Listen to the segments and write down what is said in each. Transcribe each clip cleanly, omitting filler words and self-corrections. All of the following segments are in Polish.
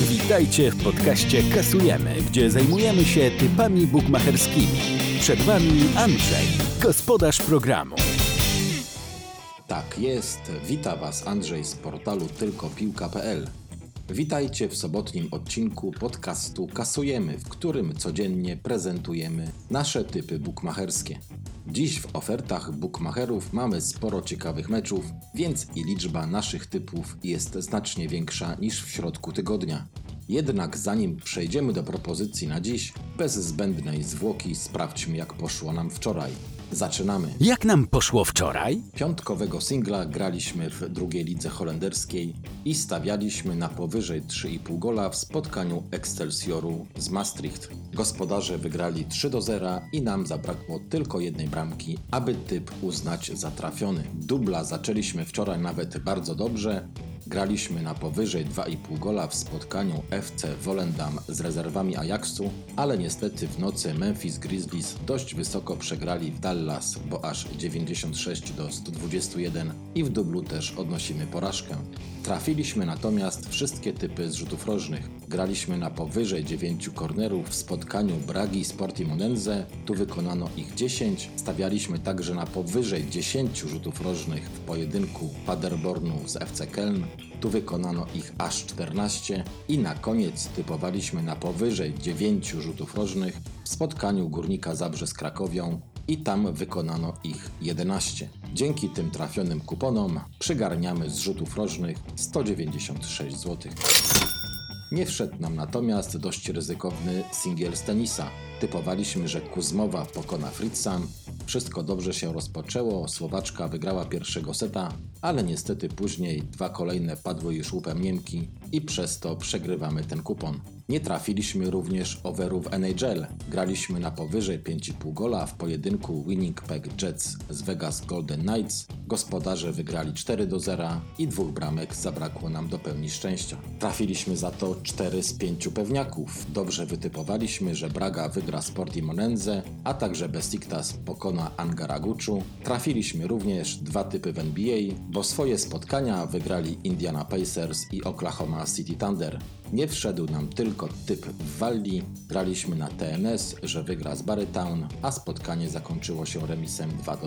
Witajcie w podcaście Kasujemy, gdzie zajmujemy się typami bukmacherskimi. Przed Wami Andrzej, gospodarz programu. Tak jest, wita Was Andrzej z portalu tylkopiłka.pl. Witajcie w sobotnim odcinku podcastu Kasujemy, w którym codziennie prezentujemy nasze typy bukmacherskie. Dziś w ofertach bukmacherów mamy sporo ciekawych meczów, więc i liczba naszych typów jest znacznie większa niż w środku tygodnia. Jednak zanim przejdziemy do propozycji na dziś, bez zbędnej zwłoki sprawdźmy, jak poszło nam wczoraj. Zaczynamy. Jak nam poszło wczoraj? Piątkowego singla graliśmy w drugiej lidze holenderskiej i stawialiśmy na powyżej 3,5 gola w spotkaniu Excelsioru z Maastricht. Gospodarze wygrali 3-0 i nam zabrakło tylko jednej bramki, aby typ uznać za trafiony. Dubla zaczęliśmy wczoraj nawet bardzo dobrze. Graliśmy na powyżej 2,5 gola w spotkaniu FC Volendam z rezerwami Ajaxu, ale niestety w nocy Memphis Grizzlies dość wysoko przegrali w Dallas, bo aż 96-121 i w dublu też odnosimy porażkę. Trafiliśmy natomiast wszystkie typy z rzutów rożnych. Graliśmy na powyżej 9 kornerów w spotkaniu Bragi z Portimonense, tu wykonano ich 10. Stawialiśmy także na powyżej 10 rzutów rożnych w pojedynku Paderbornu z FC Köln, tu wykonano ich aż 14 i na koniec typowaliśmy na powyżej 9 rzutów rożnych w spotkaniu Górnika Zabrze z Krakowią i tam wykonano ich 11. Dzięki tym trafionym kuponom przygarniamy z rzutów rożnych 196 zł. Nie wszedł nam natomiast dość ryzykowny singiel z tenisa. Typowaliśmy, że Kuzmowa pokona Fritza. Wszystko dobrze się rozpoczęło, Słowaczka wygrała pierwszego seta, ale niestety później dwa kolejne padły już łupem Niemki i przez to przegrywamy ten kupon. Nie trafiliśmy również overów NHL. Graliśmy na powyżej 5,5 gola w pojedynku Winnipeg Jets z Vegas Golden Knights. Gospodarze wygrali 4-0 i dwóch bramek zabrakło nam do pełni szczęścia. Trafiliśmy za to 4 z 5 pewniaków. Dobrze wytypowaliśmy, że Braga wygra z Portimonense, a także Besiktas pokona Angaraguczu. Trafiliśmy również dwa typy w NBA, bo swoje spotkania wygrali Indiana Pacers i Oklahoma City Thunder. Nie wszedł nam tylko typ w Walli, graliśmy na TNS, że wygra z Barrytown, a spotkanie zakończyło się remisem 2-2.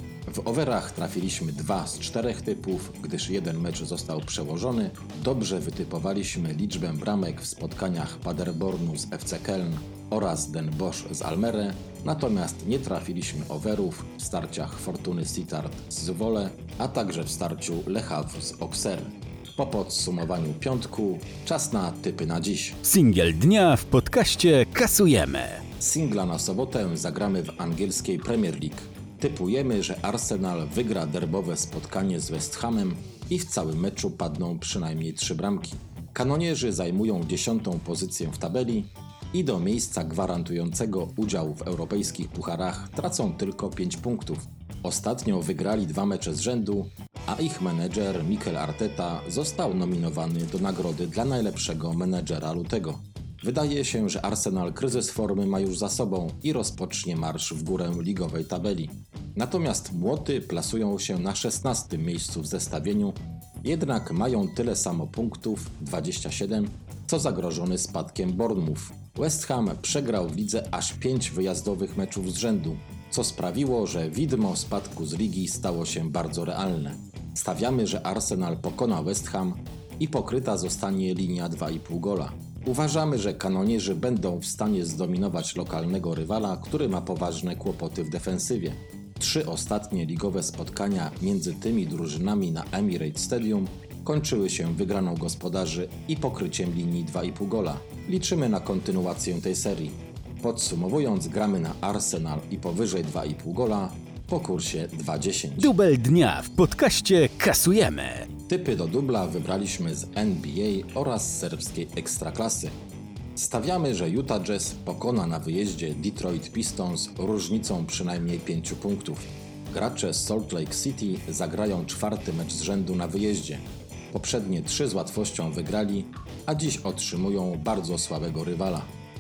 W overach trafiliśmy 2 z 4 typów, gdyż jeden mecz został przełożony. Dobrze wytypowaliśmy liczbę bramek w spotkaniach Paderbornu z FC Köln oraz Den Bosch z Almere, natomiast nie trafiliśmy overów w starciach Fortuny Sittard z Zwolle, a także w starciu Le Havre z Auxerre. Po podsumowaniu piątku, czas na typy na dziś. Singiel dnia w podcaście Kasujemy. Singla na sobotę zagramy w angielskiej Premier League. Typujemy, że Arsenal wygra derbowe spotkanie z West Hamem i w całym meczu padną przynajmniej 3 bramki. Kanonierzy zajmują 10. pozycję w tabeli i do miejsca gwarantującego udział w europejskich pucharach tracą tylko 5 punktów. Ostatnio wygrali 2 mecze z rzędu, a ich menedżer Mikel Arteta został nominowany do nagrody dla najlepszego menedżera lutego. Wydaje się, że Arsenal kryzys formy ma już za sobą i rozpocznie marsz w górę ligowej tabeli. Natomiast Młoty plasują się na 16. miejscu w zestawieniu, jednak mają tyle samo punktów, 27, co zagrożony spadkiem Bournemouth. West Ham przegrał w lidze aż 5 wyjazdowych meczów z rzędu, co sprawiło, że widmo spadku z ligi stało się bardzo realne. Stawiamy, że Arsenal pokona West Ham i pokryta zostanie linia 2,5 gola. Uważamy, że kanonierzy będą w stanie zdominować lokalnego rywala, który ma poważne kłopoty w defensywie. 3 ostatnie ligowe spotkania między tymi drużynami na Emirates Stadium kończyły się wygraną gospodarzy i pokryciem linii 2,5 gola. Liczymy na kontynuację tej serii. Podsumowując, gramy na Arsenal i powyżej 2,5 gola po kursie 2,10. Dubel dnia w podcaście Kasujemy. Typy do dubla wybraliśmy z NBA oraz serbskiej ekstraklasy. Stawiamy, że Utah Jazz pokona na wyjeździe Detroit Pistons różnicą przynajmniej 5 punktów. Gracze z Salt Lake City zagrają 4. mecz z rzędu na wyjeździe. Poprzednie 3 z łatwością wygrali, a dziś otrzymują bardzo słabego rywala.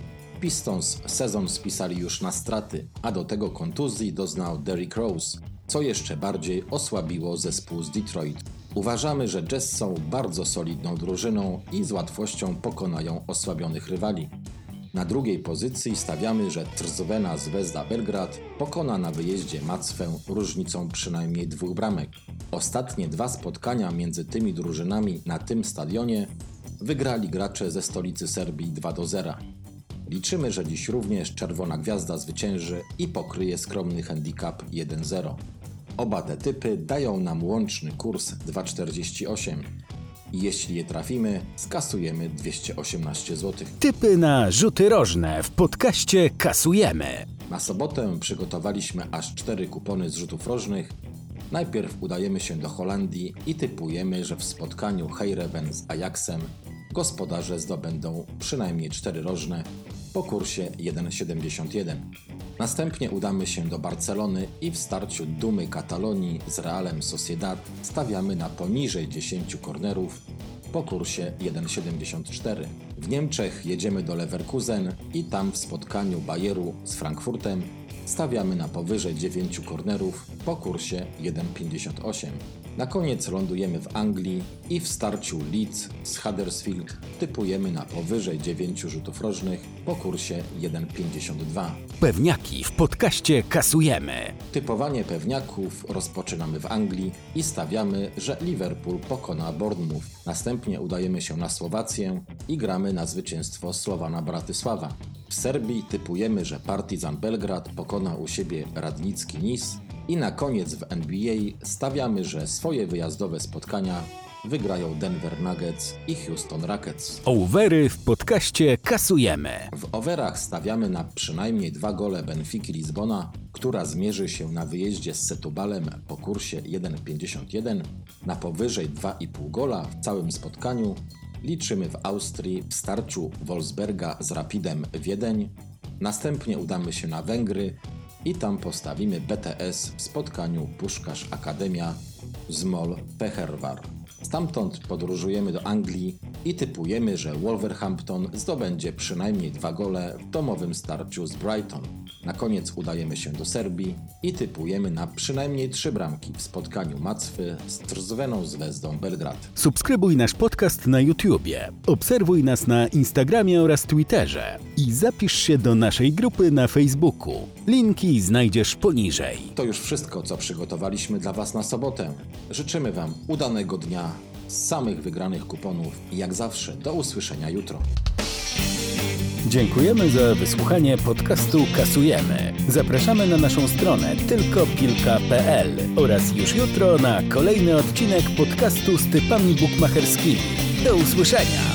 Pistons sezon spisali już na straty, a do tego kontuzji doznał Derrick Rose, co jeszcze bardziej osłabiło zespół z Detroit. Uważamy, że Jazz są bardzo solidną drużyną i z łatwością pokonają osłabionych rywali. Na drugiej pozycji stawiamy, że Crvena Zvezda Belgrad pokona na wyjeździe Macwę różnicą przynajmniej 2 bramek. Ostatnie 2 spotkania między tymi drużynami na tym stadionie wygrali gracze ze stolicy Serbii 2-0. Liczymy, że dziś również Czerwona Gwiazda zwycięży i pokryje skromny handicap 1-0. Oba te typy dają nam łączny kurs 2,48. I jeśli je trafimy, skasujemy 218 zł. Typy na rzuty rożne w podcaście Kasujemy. Na sobotę przygotowaliśmy aż 4 kupony z rzutów rożnych. Najpierw udajemy się do Holandii i typujemy, że w spotkaniu Heerenveen z Ajaxem gospodarze zdobędą przynajmniej 4 rożne po kursie 1,71. Następnie udamy się do Barcelony i w starciu Dumy Katalonii z Realem Sociedad stawiamy na poniżej 10 kornerów po kursie 1,74. W Niemczech jedziemy do Leverkusen i tam w spotkaniu Bayeru z Frankfurtem stawiamy na powyżej 9 kornerów po kursie 1,58. Na koniec lądujemy w Anglii i w starciu Leeds z Huddersfield typujemy na powyżej 9 rzutów rożnych po kursie 1,52. Pewniaki w podcaście Kasujemy. Typowanie pewniaków rozpoczynamy w Anglii i stawiamy, że Liverpool pokona Bournemouth. Następnie udajemy się na Słowację i gramy na zwycięstwo Slowana Bratysława. W Serbii typujemy, że Partizan Belgrad pokona u siebie Radnicki Nis i na koniec w NBA stawiamy, że swoje wyjazdowe spotkania wygrają Denver Nuggets i Houston Rockets. Overy w podcaście Kasujemy. W overach stawiamy na przynajmniej 2 gole Benfiki Lizbona, która zmierzy się na wyjeździe z Setubalem po kursie 1,51, na powyżej 2,5 gola w całym spotkaniu. Liczymy w Austrii w starciu Wolfsberga z Rapidem Wiedeń. Następnie udamy się na Węgry i tam postawimy BTS w spotkaniu Puskás Akademia z MOL Fehérvár. Stamtąd podróżujemy do Anglii i typujemy, że Wolverhampton zdobędzie przynajmniej 2 gole w domowym starciu z Brighton. Na koniec udajemy się do Serbii i typujemy na przynajmniej 3 bramki w spotkaniu Macwy z Crveną Zvezdą Belgrad. Subskrybuj nasz podcast na YouTubie, obserwuj nas na Instagramie oraz Twitterze i zapisz się do naszej grupy na Facebooku. Linki znajdziesz poniżej. To już wszystko, co przygotowaliśmy dla Was na sobotę. Życzymy Wam udanego dnia, samych wygranych kuponów i jak zawsze do usłyszenia jutro. Dziękujemy za wysłuchanie podcastu Kasujemy. Zapraszamy na naszą stronę tylkopilka.pl oraz już jutro na kolejny odcinek podcastu z typami bukmacherskimi. Do usłyszenia!